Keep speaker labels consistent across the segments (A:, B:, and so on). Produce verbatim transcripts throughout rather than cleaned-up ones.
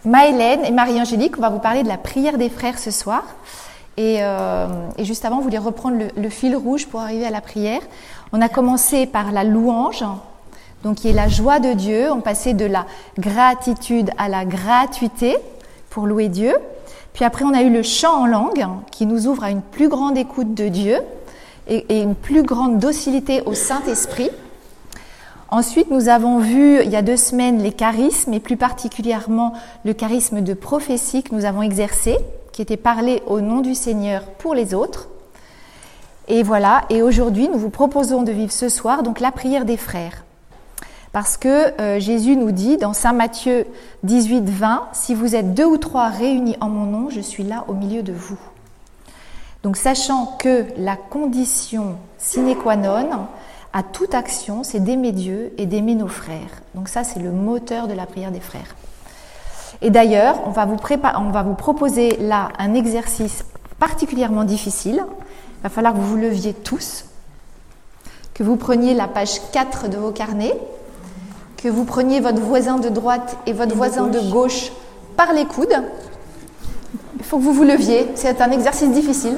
A: Maëlène et Marie-Angélique, on va vous parler de la prière des frères ce soir. Et, euh, et juste avant, on voulait reprendre le, le fil rouge pour arriver à la prière. On a commencé par la louange, donc qui est la joie de Dieu. On passait de la gratitude à la gratuité pour louer Dieu. Puis après, on a eu le chant en langue qui nous ouvre à une plus grande écoute de Dieu et, et une plus grande docilité au Saint-Esprit. Ensuite, nous avons vu il y a deux semaines les charismes et plus particulièrement le charisme de prophétie que nous avons exercé, qui était parlé au nom du Seigneur pour les autres. Et voilà, et aujourd'hui, nous vous proposons de vivre ce soir donc la prière des frères. Parce que euh, Jésus nous dit dans Saint Matthieu dix-huit, vingt, « Si vous êtes deux ou trois réunis en mon nom, je suis là au milieu de vous. » Donc sachant que la condition sine qua non à toute action, c'est d'aimer Dieu et d'aimer nos frères. Donc ça, c'est le moteur de la prière des frères. Et d'ailleurs, on va vous prépa- on va vous proposer là un exercice particulièrement difficile. Il va falloir que vous vous leviez tous, que vous preniez la page quatre de vos carnets, que vous preniez votre voisin de droite et votre et voisin de gauche. de gauche par les coudes. Il faut que vous vous leviez, c'est un exercice difficile.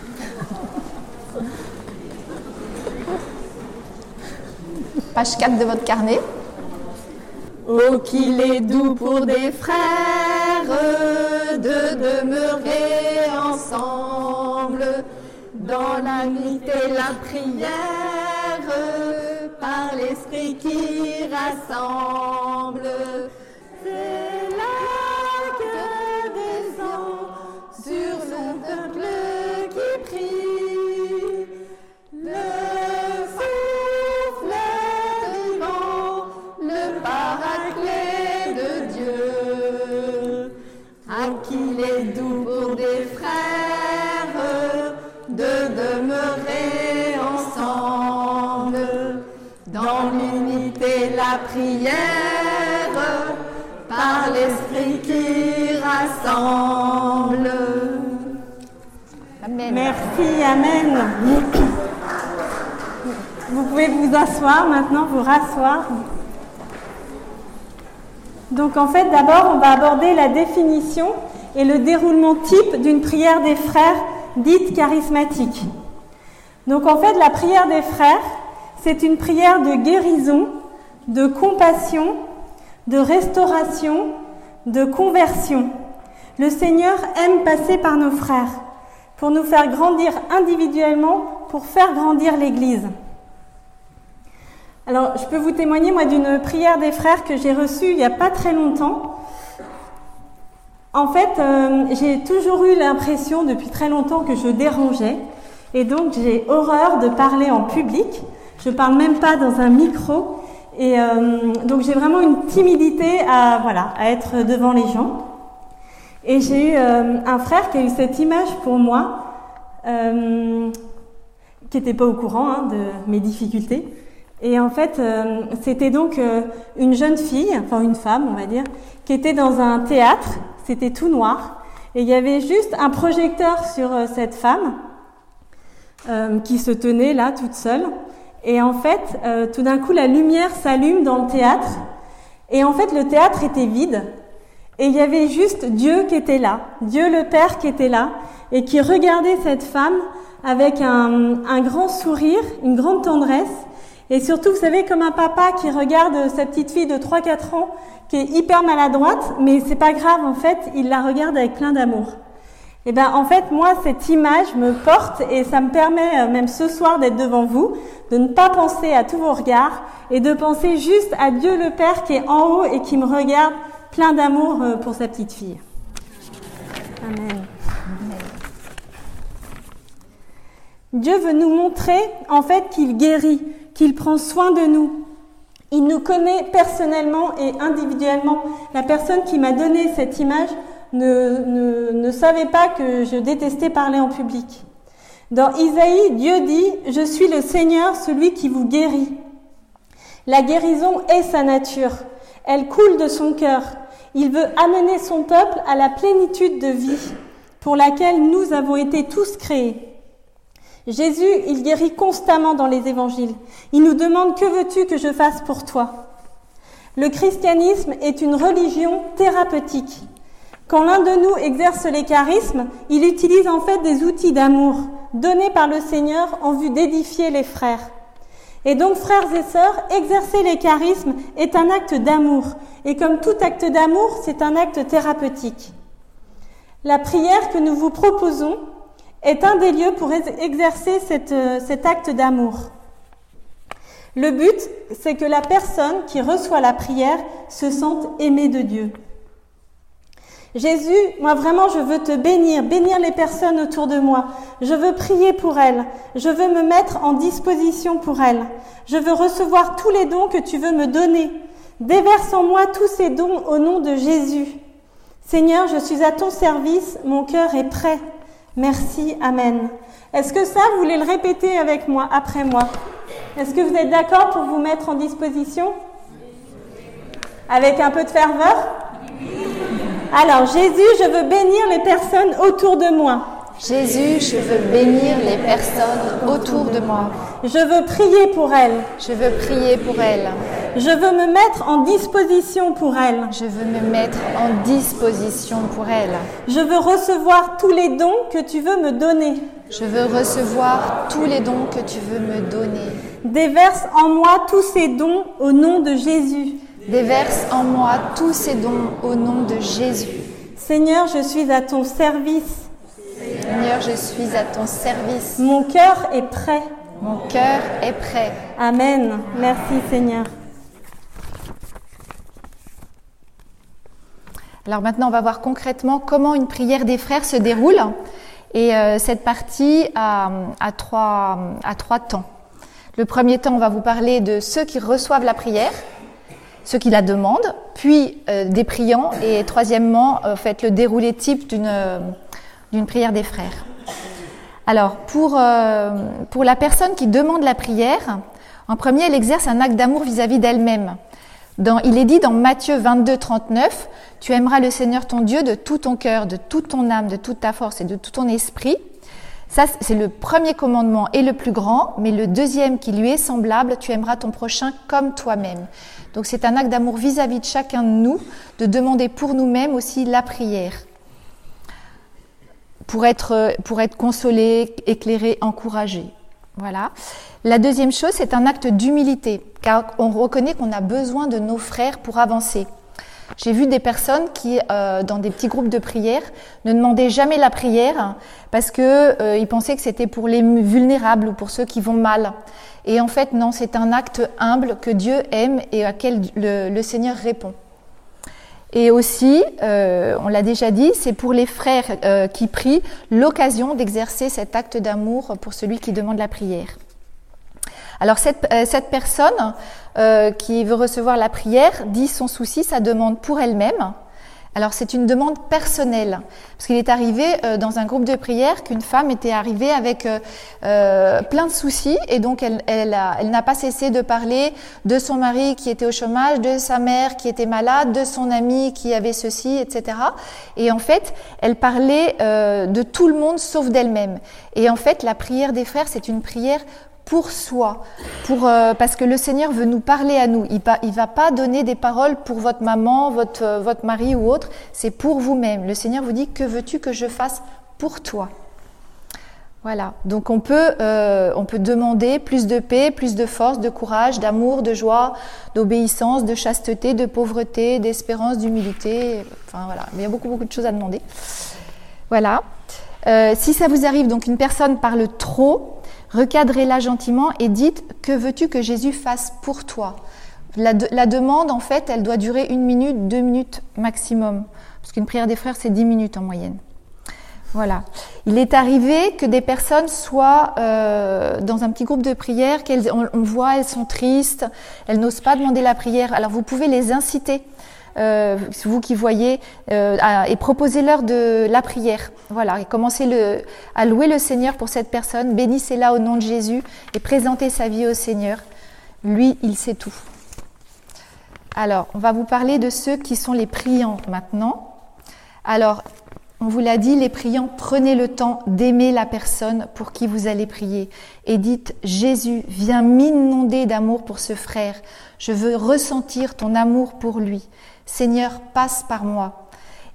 A: Page quatre de votre carnet.
B: Oh, qu'il est doux pour des frères de demeurer ensemble dans l'unité, la prière, par l'esprit qui rassemble. C'est là que descend sur son peuple qui prie le souffle divin, le paraclet de Dieu, à qui il est doux pour des frères de demeurer ensemble dans l'unité, la prière, par l'esprit qui rassemble.
A: Amen.
C: Merci, amen. Vous pouvez vous asseoir maintenant, vous rasseoir. Donc en fait, d'abord, on va aborder la définition et le déroulement type d'une prière des frères dite charismatique. Donc en fait, la prière des frères, c'est une prière de guérison, de compassion, de restauration, de conversion. Le Seigneur aime passer par nos frères pour nous faire grandir individuellement, pour faire grandir l'Église. Alors, je peux vous témoigner, moi, d'une prière des frères que j'ai reçue il n'y a pas très longtemps. En fait, euh, j'ai toujours eu l'impression, depuis très longtemps, que je dérangeais. Et donc, j'ai horreur de parler en public. Je ne parle même pas dans un micro. Et euh, donc, j'ai vraiment une timidité à, voilà, à être devant les gens. Et j'ai eu euh, un frère qui a eu cette image pour moi, euh, qui n'était pas au courant hein, de mes difficultés. Et en fait, euh, c'était donc euh, une jeune fille, enfin une femme, on va dire, qui était dans un théâtre. C'était tout noir. Et il y avait juste un projecteur sur euh, cette femme euh, qui se tenait là, toute seule. Et en fait, euh, tout d'un coup, la lumière s'allume dans le théâtre. Et en fait, le théâtre était vide. Et il y avait juste Dieu qui était là, Dieu le Père qui était là, et qui regardait cette femme avec un, un grand sourire, une grande tendresse. Et surtout, vous savez, comme un papa qui regarde sa petite fille de trois quatre ans, qui est hyper maladroite, mais c'est pas grave, en fait, il la regarde avec plein d'amour. Et ben, en fait, moi, cette image me porte et ça me permet, même ce soir, d'être devant vous, de ne pas penser à tous vos regards et de penser juste à Dieu le Père qui est en haut et qui me regarde plein d'amour pour sa petite fille. Amen. Amen. Dieu veut nous montrer, en fait, qu'il guérit, qu'il prend soin de nous. Il nous connaît personnellement et individuellement. La personne qui m'a donné cette image ne, ne, ne savait pas que je détestais parler en public. Dans Isaïe, Dieu dit « Je suis le Seigneur, celui qui vous guérit ». La guérison est sa nature. Elle coule de son cœur. Il veut amener son peuple à la plénitude de vie pour laquelle nous avons été tous créés. Jésus, il guérit constamment dans les évangiles. Il nous demande « Que veux-tu que je fasse pour toi ?» Le christianisme est une religion thérapeutique. Quand l'un de nous exerce les charismes, il utilise en fait des outils d'amour donnés par le Seigneur en vue d'édifier les frères. Et donc, frères et sœurs, exercer les charismes est un acte d'amour. Et comme tout acte d'amour, c'est un acte thérapeutique. La prière que nous vous proposons est un des lieux pour exercer cette, cet acte d'amour. Le but, c'est que la personne qui reçoit la prière se sente aimée de Dieu. Jésus, moi vraiment, je veux te bénir, bénir les personnes autour de moi. Je veux prier pour elles. Je veux me mettre en disposition pour elles. Je veux recevoir tous les dons que tu veux me donner. Déverse en moi tous ces dons au nom de Jésus. Seigneur, je suis à ton service, mon cœur est prêt. Merci, Amen. Est-ce que ça, vous voulez le répéter avec moi, après moi? Est-ce que vous êtes d'accord pour vous mettre en disposition? Avec un peu de ferveur? Alors, Jésus, je veux bénir les personnes autour de moi.
A: Jésus, je veux bénir les personnes autour de moi.
C: Je veux prier pour elles.
A: Je veux prier pour elles.
C: Je veux me mettre en disposition pour elles.
A: Je veux me mettre en disposition pour elles.
C: Je veux recevoir tous les dons que tu veux me donner.
A: Je veux recevoir tous les dons que tu veux me donner.
C: Déverse en moi tous ces dons au nom de Jésus.
A: Déverse en moi tous ces dons au nom de Jésus.
C: Seigneur, je suis à ton service.
A: Seigneur, je suis à ton service.
C: Mon cœur est prêt.
A: Mon cœur est prêt.
C: Amen. Merci Seigneur.
A: Alors maintenant, on va voir concrètement comment une prière des frères se déroule. Et euh, cette partie a, a, trois, a trois temps. Le premier temps, on va vous parler de ceux qui reçoivent la prière, ceux qui la demandent, puis euh, des priants, et troisièmement, euh, faites le déroulé type d'une, euh, d'une prière des frères. Alors, pour, euh, pour la personne qui demande la prière, en premier, elle exerce un acte d'amour vis-à-vis d'elle-même. Dans, il est dit dans Matthieu vingt-deux, trente-neuf, « Tu aimeras le Seigneur ton Dieu de tout ton cœur, de toute ton âme, de toute ta force et de tout ton esprit. » Ça, c'est le premier commandement et le plus grand, mais le deuxième qui lui est semblable, « Tu aimeras ton prochain comme toi-même. » Donc c'est un acte d'amour vis-à-vis de chacun de nous, de demander pour nous-mêmes aussi la prière. Pour être, pour être consolé, éclairé, encouragé. Voilà. La deuxième chose, c'est un acte d'humilité, car on reconnaît qu'on a besoin de nos frères pour avancer. J'ai vu des personnes qui, euh, dans des petits groupes de prière, ne demandaient jamais la prière parce que euh, ils pensaient que c'était pour les vulnérables ou pour ceux qui vont mal. Et en fait, non, c'est un acte humble que Dieu aime et auquel le, le Seigneur répond. Et aussi, euh, on l'a déjà dit, c'est pour les frères euh, qui prient l'occasion d'exercer cet acte d'amour pour celui qui demande la prière. Alors cette, euh, cette personne euh, qui veut recevoir la prière dit son souci, sa demande pour elle-même. Alors c'est une demande personnelle, parce qu'il est arrivé euh, dans un groupe de prière qu'une femme était arrivée avec euh, euh, plein de soucis, et donc elle, elle, a, elle n'a pas cessé de parler de son mari qui était au chômage, de sa mère qui était malade, de son ami qui avait ceci, et cetera. Et en fait, elle parlait euh, de tout le monde sauf d'elle-même. Et en fait, la prière des frères, c'est une prière pour soi, pour, euh, parce que le Seigneur veut nous parler à nous. Il va, il va pas donner des paroles pour votre maman, votre, euh, votre mari ou autre, c'est pour vous-même. Le Seigneur vous dit, que veux-tu que je fasse pour toi? Voilà, donc on peut, euh, on peut demander plus de paix, plus de force, de courage, d'amour, de joie, d'obéissance, de chasteté, de pauvreté, d'espérance, d'humilité, enfin voilà, il y a beaucoup beaucoup de choses à demander. Voilà. Euh, si ça vous arrive, donc une personne parle trop, recadrez-la gentiment et dites « Que veux-tu que Jésus fasse pour toi ?» la, de, la demande, en fait, elle doit durer une minute, deux minutes maximum. Parce qu'une prière des frères, c'est dix minutes en moyenne. Voilà. Il est arrivé que des personnes soient euh, dans un petit groupe de prière, qu'elles, on, on voit, elles sont tristes, elles n'osent pas demander la prière. Alors vous pouvez les inciter. Euh, vous qui voyez, euh, à, et proposez-leur de la prière. Voilà, et commencez le, à louer le Seigneur pour cette personne, bénissez-la au nom de Jésus et présentez sa vie au Seigneur. Lui, il sait tout. Alors, on va vous parler de ceux qui sont les priants maintenant. Alors, on vous l'a dit, les priants, prenez le temps d'aimer la personne pour qui vous allez prier et dites « Jésus, viens m'inonder d'amour pour ce frère. Je veux ressentir ton amour pour lui. Seigneur, passe par moi. »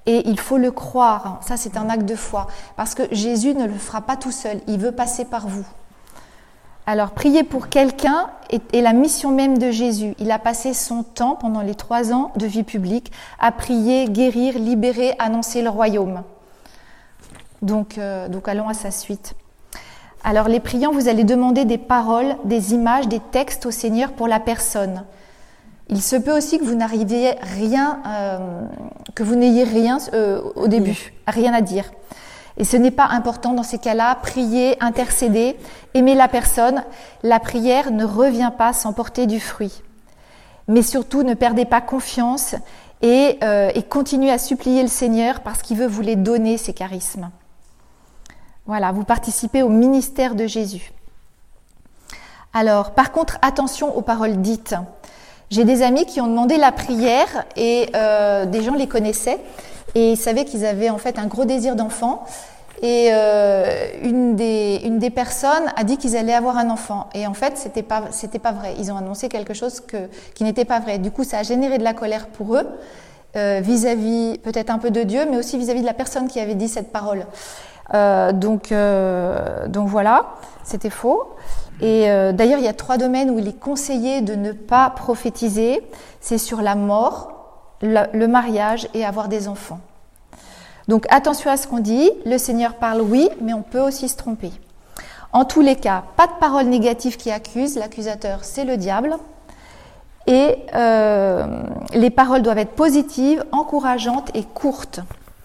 A: Et il faut le croire. Ça, c'est un acte de foi. Parce que Jésus ne le fera pas tout seul. Il veut passer par vous. Alors, prier pour quelqu'un est, est la mission même de Jésus. Il a passé son temps, pendant les trois ans de vie publique, à prier, guérir, libérer, annoncer le royaume. Donc, euh, donc allons à sa suite. Alors, les priants, vous allez demander des paroles, des images, des textes au Seigneur pour la personne. Il se peut aussi que vous n'arriviez rien, euh, que vous n'ayez rien euh, au début, rien à dire. Et ce n'est pas important dans ces cas-là. Prier, intercéder, aimer la personne. La prière ne revient pas sans porter du fruit. Mais surtout, ne perdez pas confiance et, euh, et continuez à supplier le Seigneur parce qu'il veut vous les donner, ces charismes. Voilà, vous participez au ministère de Jésus. Alors, par contre, attention aux paroles dites. J'ai des amis qui ont demandé la prière et euh, des gens les connaissaient et ils savaient qu'ils avaient en fait un gros désir d'enfant. Et euh, une des une des personnes a dit qu'ils allaient avoir un enfant. Et en fait, c'était pas c'était pas vrai. Ils ont annoncé quelque chose que qui n'était pas vrai. Du coup, ça a généré de la colère pour eux, euh, vis-à-vis peut-être un peu de Dieu, mais aussi vis-à-vis de la personne qui avait dit cette parole. Euh, donc euh, donc voilà, c'était faux. Et euh, d'ailleurs, il y a trois domaines où il est conseillé de ne pas prophétiser. C'est sur la mort, le, le mariage et avoir des enfants. Donc attention à ce qu'on dit. Le Seigneur parle, oui, mais on peut aussi se tromper. En tous les cas, pas de paroles négatives qui accusent. L'accusateur, c'est le diable. Et euh, les paroles doivent être positives, encourageantes et courtes.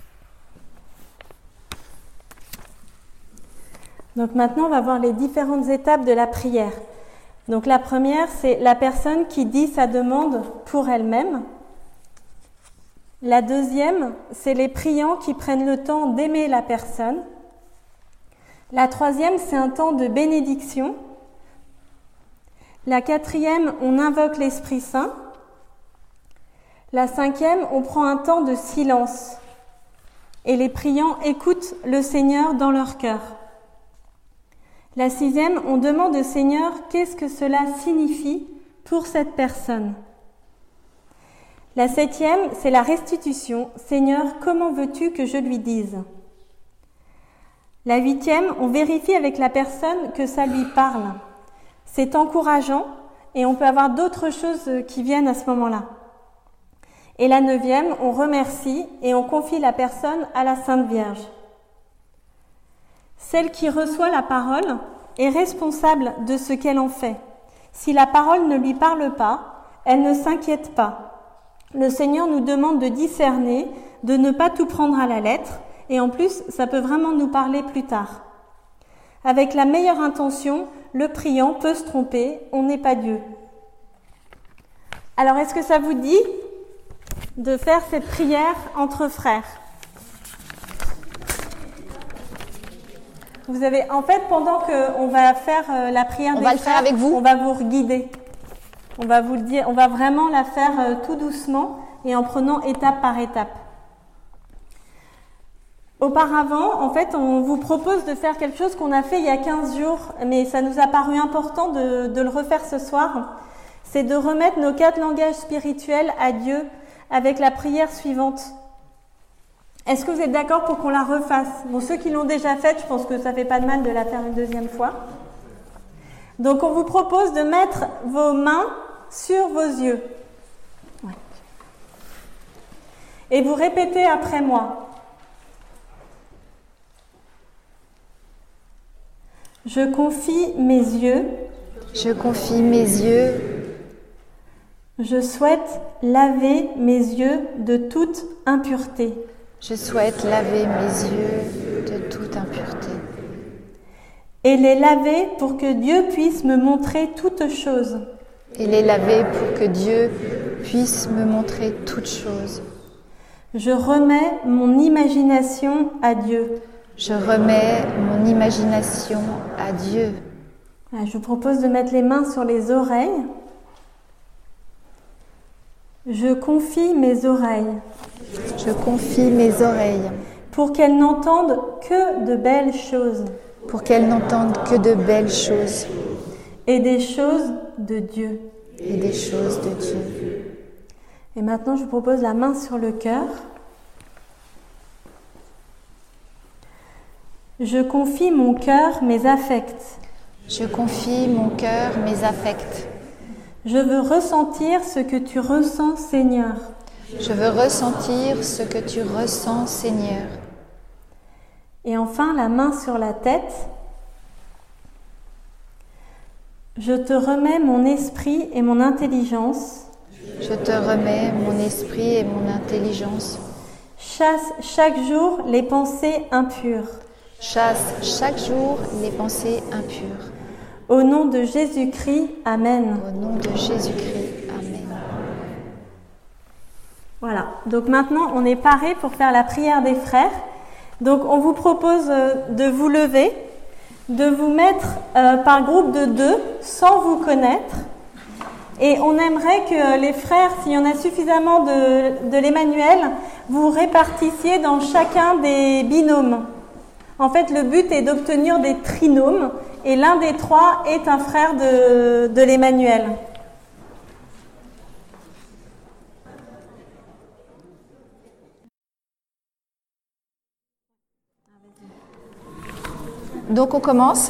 C: Donc maintenant, on va voir les différentes étapes de la prière. Donc la première, c'est la personne qui dit sa demande pour elle-même. La deuxième, c'est les priants qui prennent le temps d'aimer la personne. La troisième, c'est un temps de bénédiction. La quatrième, on invoque l'Esprit Saint. La cinquième, on prend un temps de silence. Et les priants écoutent le Seigneur dans leur cœur. La sixième, on demande au Seigneur qu'est-ce que cela signifie pour cette personne. La septième, c'est la restitution. Seigneur, comment veux-tu que je lui dise ? La huitième, on vérifie avec la personne que ça lui parle. C'est encourageant et on peut avoir d'autres choses qui viennent à ce moment-là. Et la neuvième, on remercie et on confie la personne à la Sainte Vierge. Celle qui reçoit la parole est responsable de ce qu'elle en fait. Si la parole ne lui parle pas, elle ne s'inquiète pas. Le Seigneur nous demande de discerner, de ne pas tout prendre à la lettre, et en plus, ça peut vraiment nous parler plus tard. Avec la meilleure intention, le priant peut se tromper, on n'est pas Dieu. Alors, est-ce que ça vous dit de faire cette prière entre frères ? Vous avez, en fait, pendant qu'on va faire euh, la prière
A: on
C: des
A: va le
C: frères,
A: faire avec vous.
C: On va vous guider. On va vous le dire, on va vraiment la faire euh, tout doucement et en prenant étape par étape. Auparavant, en fait, on vous propose de faire quelque chose qu'on a fait il y a quinze jours, mais ça nous a paru important de, de le refaire ce soir. C'est de remettre nos quatre langages spirituels à Dieu avec la prière suivante. Est-ce que vous êtes d'accord pour qu'on la refasse ? Bon, ceux qui l'ont déjà faite, je pense que ça fait pas de mal de la faire une deuxième fois. Donc, on vous propose de mettre vos mains sur vos yeux. Ouais. Et vous répétez après moi. Je confie mes yeux.
A: Je confie mes yeux.
C: Je souhaite laver mes yeux de toute impureté.
A: Je souhaite laver mes yeux de toute impureté.
C: Et les laver pour que Dieu puisse me montrer toutes choses.
A: Et les laver pour que Dieu puisse me montrer toutes choses.
C: Je remets mon imagination à Dieu.
A: Je remets mon imagination à Dieu.
C: Je vous propose de mettre les mains sur les oreilles. Je confie mes oreilles.
A: Je confie mes oreilles.
C: Pour qu'elles n'entendent que de belles choses.
A: Pour qu'elles n'entendent que de belles choses.
C: Et des choses de Dieu.
A: Et des choses de Dieu.
C: Et maintenant, je vous propose la main sur le cœur. Je confie mon cœur, mes affects.
A: Je confie mon cœur, mes affects.
C: Je veux ressentir ce que tu ressens, Seigneur.
A: Je veux ressentir ce que tu ressens, Seigneur.
C: Et enfin, la main sur la tête. Je te remets mon esprit et mon intelligence.
A: Je te remets mon esprit et mon intelligence.
C: Chasse chaque jour les pensées impures.
A: Chasse chaque jour les pensées impures.
C: Au nom de Jésus-Christ, Amen.
A: Au nom de Jésus-Christ, Amen.
C: Voilà, donc maintenant on est paré pour faire la prière des frères. Donc on vous propose de vous lever, de vous mettre euh, par groupe de deux, sans vous connaître. Et on aimerait que les frères, s'il y en a suffisamment de, de l'Emmanuel, vous répartissiez dans chacun des binômes. En fait, le but est d'obtenir des trinômes, et l'un des trois est un frère de, de l'Emmanuel.
A: Donc on commence.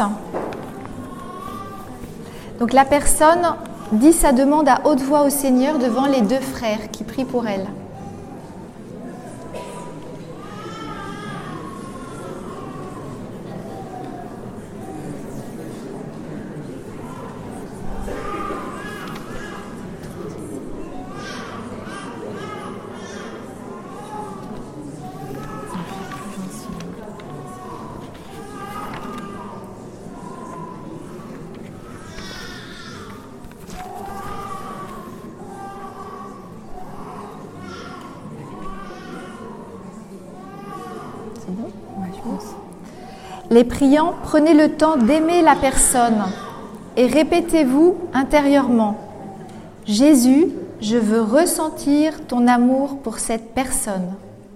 A: Donc la personne dit sa demande à haute voix au Seigneur devant les deux frères qui prient pour elle. Les priants, prenez le temps d'aimer la personne et répétez-vous intérieurement « Jésus, je veux ressentir ton amour pour cette personne. »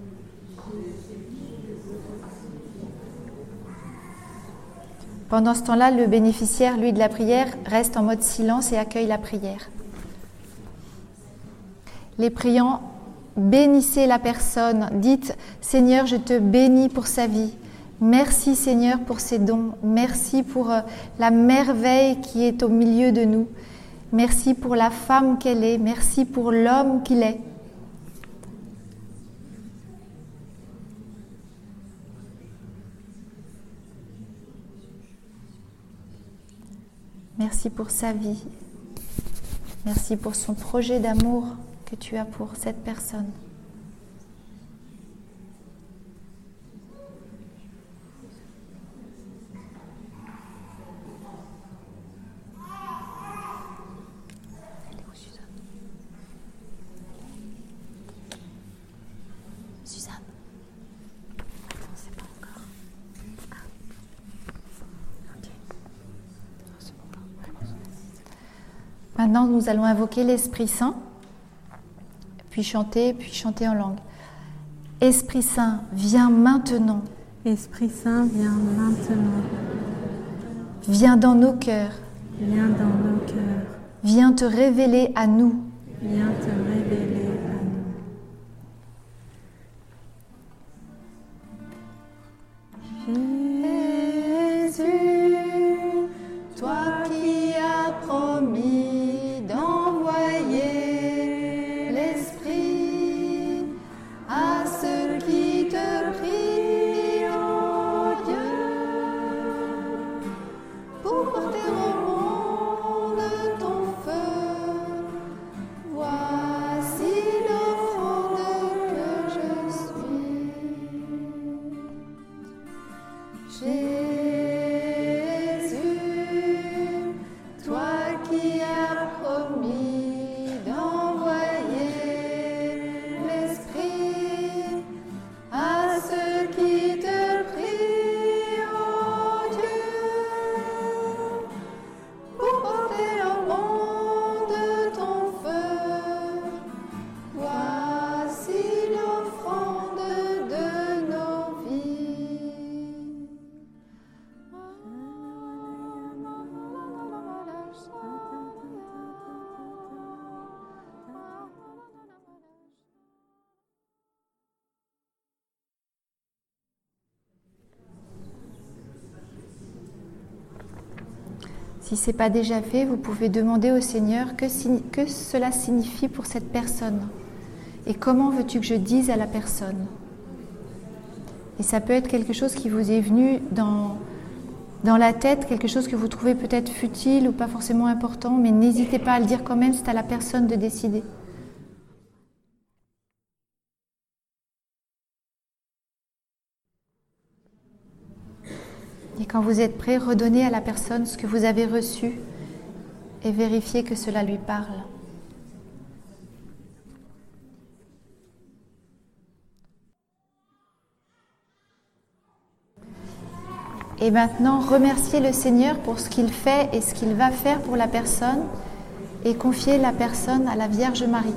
A: Pendant ce temps-là, le bénéficiaire, lui, de la prière, reste en mode silence et accueille la prière. Les priants, bénissez la personne, dites « Seigneur, je te bénis pour sa vie. Merci Seigneur pour ses dons. Merci pour la merveille qui est au milieu de nous. Merci pour la femme qu'elle est. Merci pour l'homme qu'il est. » Merci pour sa vie. Merci pour son projet d'amour que tu as pour cette personne. Maintenant, nous allons invoquer l'Esprit Saint, puis chanter, puis chanter en langue. Esprit Saint, viens maintenant.
C: Esprit Saint, viens maintenant.
A: Viens dans nos cœurs.
C: Viens dans nos cœurs.
A: Viens te révéler à nous.
C: Viens te révéler à nous.
A: Jésus, toi qui as promis
D: Porter au monde ton feu, voilà.
A: Si ce n'est pas déjà fait, vous pouvez demander au Seigneur que, que cela signifie pour cette personne. Et comment veux-tu que je dise à la personne? Et ça peut être quelque chose qui vous est venu dans, dans la tête, quelque chose que vous trouvez peut-être futile ou pas forcément important, mais n'hésitez pas à le dire quand même, c'est à la personne de décider. Et quand vous êtes prêt, redonnez à la personne ce que vous avez reçu et vérifiez que cela lui parle. Et maintenant, remerciez le Seigneur pour ce qu'il fait et ce qu'il va faire pour la personne et confiez la personne à la Vierge Marie.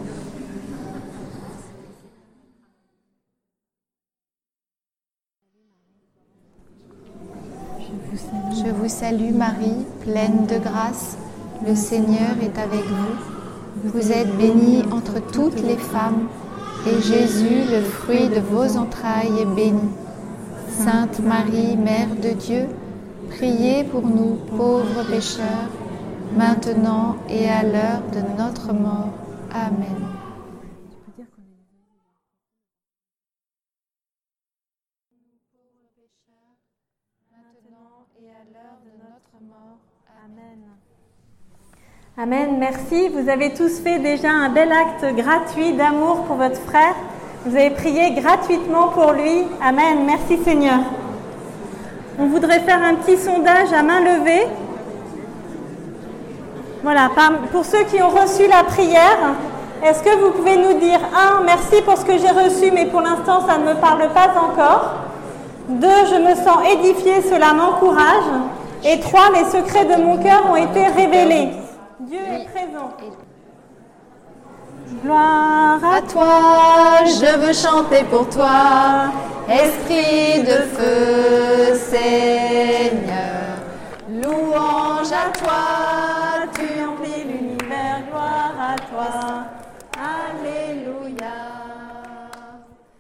A: Je vous salue Marie, pleine de grâce, le Seigneur est avec vous. Vous êtes bénie entre toutes les femmes et Jésus, le fruit de vos entrailles, est béni. Sainte Marie, Mère de Dieu, priez pour nous pauvres pécheurs, maintenant et à l'heure de notre mort. Amen.
C: Amen, merci. Vous avez tous fait déjà un bel acte gratuit d'amour pour votre frère. Vous avez prié gratuitement pour lui. Amen, merci Seigneur. On voudrait faire un petit sondage à main levée. Voilà, pour ceux qui ont reçu la prière, est-ce que vous pouvez nous dire, un, merci pour ce que j'ai reçu, mais pour l'instant ça ne me parle pas encore. Deux, je me sens édifiée, cela m'encourage. Et trois, les secrets de mon cœur ont été révélés. Dieu est présent. Gloire à
B: toi, je veux chanter pour toi, Esprit de feu, Seigneur. Louange à toi,